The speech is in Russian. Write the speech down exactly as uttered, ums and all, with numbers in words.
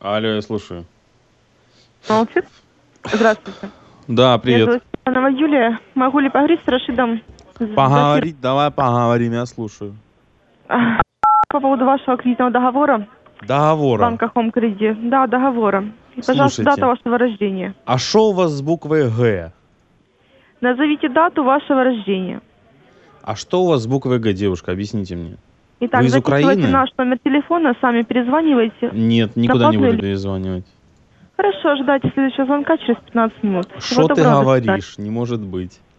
Алло, я слушаю. Молчит? Здравствуйте. Да, Меня привет. зовут Степанова Юлия. Могу ли поговорить с Рашидом? Поговорить? Давай поговорим, я слушаю. По поводу вашего кредитного договора. Договора. Банка Home Credit. Да, договора. И, пожалуйста, Слушайте. дата вашего рождения. А шо у вас с буквой Г? Назовите дату вашего рождения. А что у вас с буквой Г, девушка? Объясните мне. Итак, Вы из записывайте Украины? наш номер телефона, сами перезванивайте. Нет, никуда не буду перезванивать. Хорошо, ожидайте следующего звонка через пятнадцать минут. Всего Шо ты доброго, до свидания. говоришь? Не может быть.